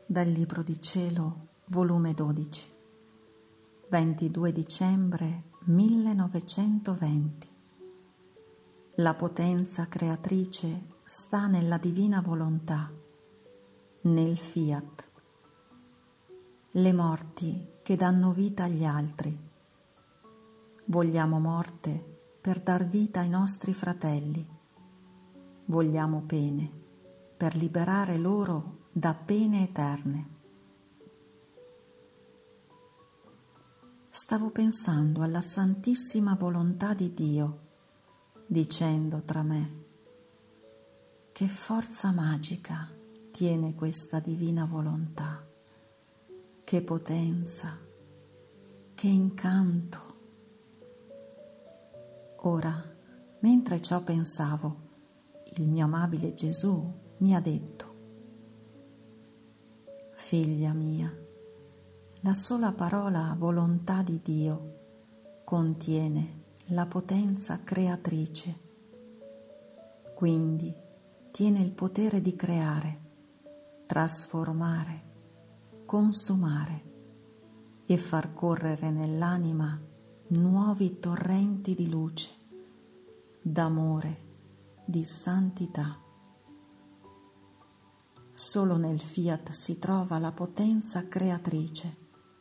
Dal Libro di Cielo, volume 12, 22 dicembre 1920. La potenza creatrice sta nella divina volontà, nel fiat. Le morti che danno vita agli altri. Vogliamo morte per dar vita ai nostri fratelli. Vogliamo pene per liberare loro da pene eterne. Stavo pensando alla santissima volontà di Dio, dicendo tra me: che forza magica tiene questa divina volontà, che potenza, che incanto. Ora, mentre ciò pensavo, il mio amabile Gesù mi ha detto: figlia mia, la sola parola volontà di Dio contiene la potenza creatrice, quindi tiene il potere di creare, trasformare, consumare e far correre nell'anima nuovi torrenti di luce, d'amore, di santità. Solo nel fiat si trova la potenza creatrice,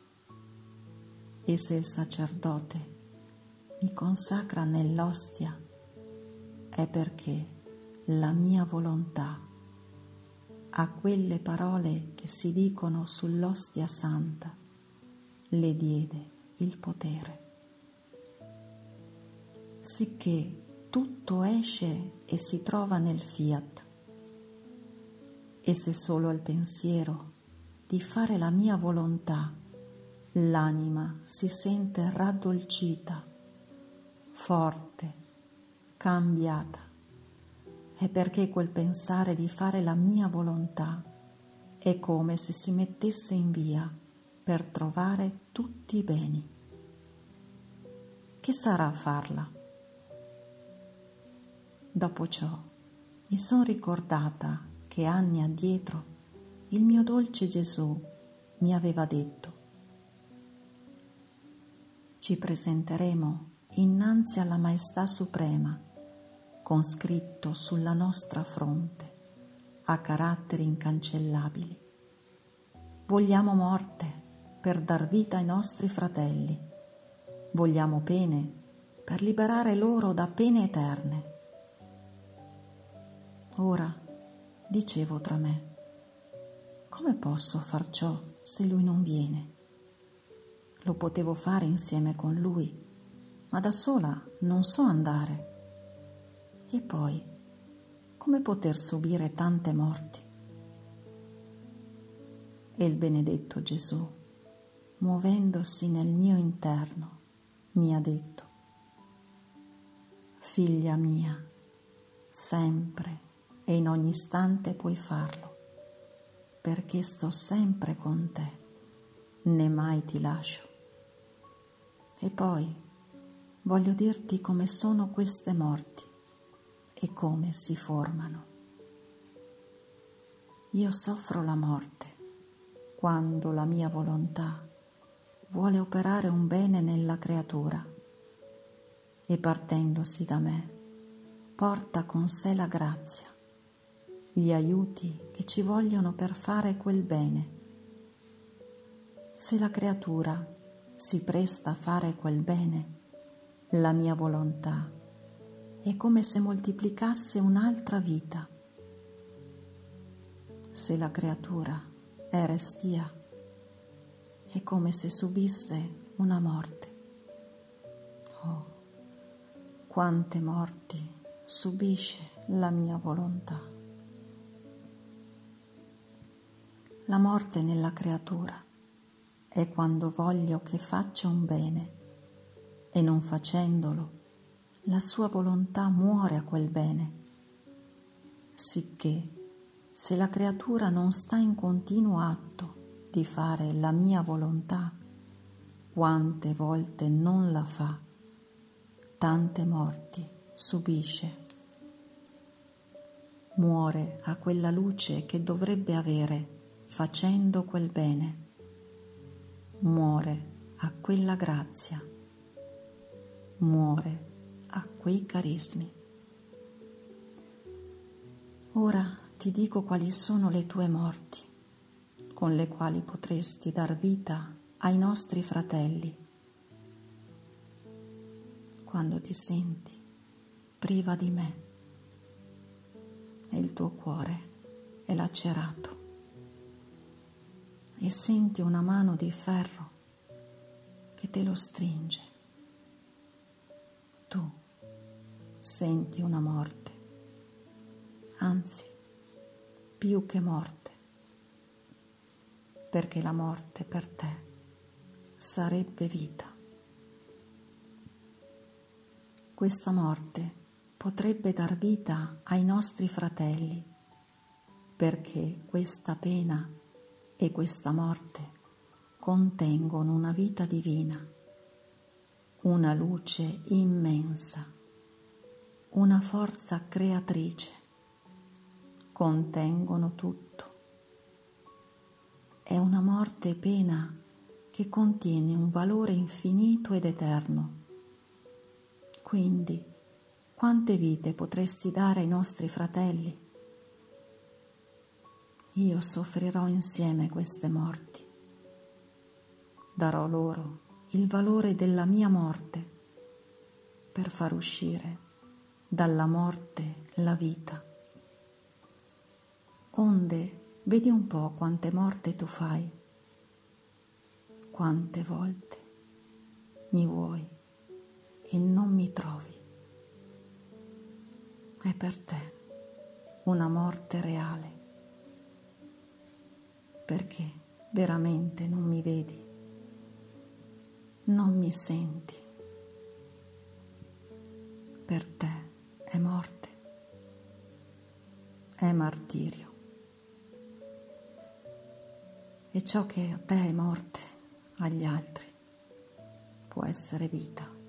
e se il sacerdote mi consacra nell'ostia è perché la mia volontà a quelle parole che si dicono sull'ostia santa le diede il potere, sicché tutto esce e si trova nel fiat. E se solo al pensiero di fare la mia volontà l'anima si sente raddolcita, forte, cambiata, è perché quel pensare di fare la mia volontà è come se si mettesse in via per trovare tutti i beni. Che sarà a farla? Dopo ciò mi son ricordata che anni addietro il mio dolce Gesù mi aveva detto: ci presenteremo innanzi alla Maestà Suprema con scritto sulla nostra fronte a caratteri incancellabili: vogliamo morte per dar vita ai nostri fratelli, vogliamo pene per liberare loro da pene eterne. Ora dicevo tra me: come posso far ciò se lui non viene? Lo potevo fare insieme con lui, ma da sola non so andare. E poi, come poter subire tante morti? E il benedetto Gesù, muovendosi nel mio interno, mi ha detto: figlia mia, sempre e in ogni istante puoi farlo, perché sto sempre con te, né mai ti lascio. E poi voglio dirti come sono queste morti e come si formano. Io soffro la morte quando la mia volontà vuole operare un bene nella creatura e partendosi da me porta con sé la grazia, gli aiuti che ci vogliono per fare quel bene. Se la creatura si presta a fare quel bene, la mia volontà è come se moltiplicasse un'altra vita. Se la creatura è restia, è come se subisse una morte. Oh, quante morti subisce la mia volontà. La morte nella creatura è quando voglio che faccia un bene e non facendolo la sua volontà muore a quel bene, sicché se la creatura non sta in continuo atto di fare la mia volontà, quante volte non la fa, tante morti subisce. Muore a quella luce che dovrebbe avere facendo quel bene, muore a quella grazia, muore a quei carismi. Ora ti dico quali sono le tue morti, con le quali potresti dar vita ai nostri fratelli. Quando ti senti priva di me e il tuo cuore è lacerato e senti una mano di ferro che te lo stringe, tu senti una morte, anzi più che morte, perché la morte per te sarebbe vita. Questa morte potrebbe dar vita ai nostri fratelli, perché questa pena e questa morte contengono una vita divina, una luce immensa, una forza creatrice, contengono tutto. È una morte e pena che contiene un valore infinito ed eterno. Quindi, quante vite potresti dare ai nostri fratelli? Io soffrirò insieme queste morti. Darò loro il valore della mia morte per far uscire dalla morte la vita. Onde, vedi un po' quante morte tu fai, quante volte mi vuoi e non mi trovi. È per te una morte reale, perché veramente non mi vedi, non mi senti. Per te è morte, è martirio. E ciò che a te è morte, agli altri può essere vita.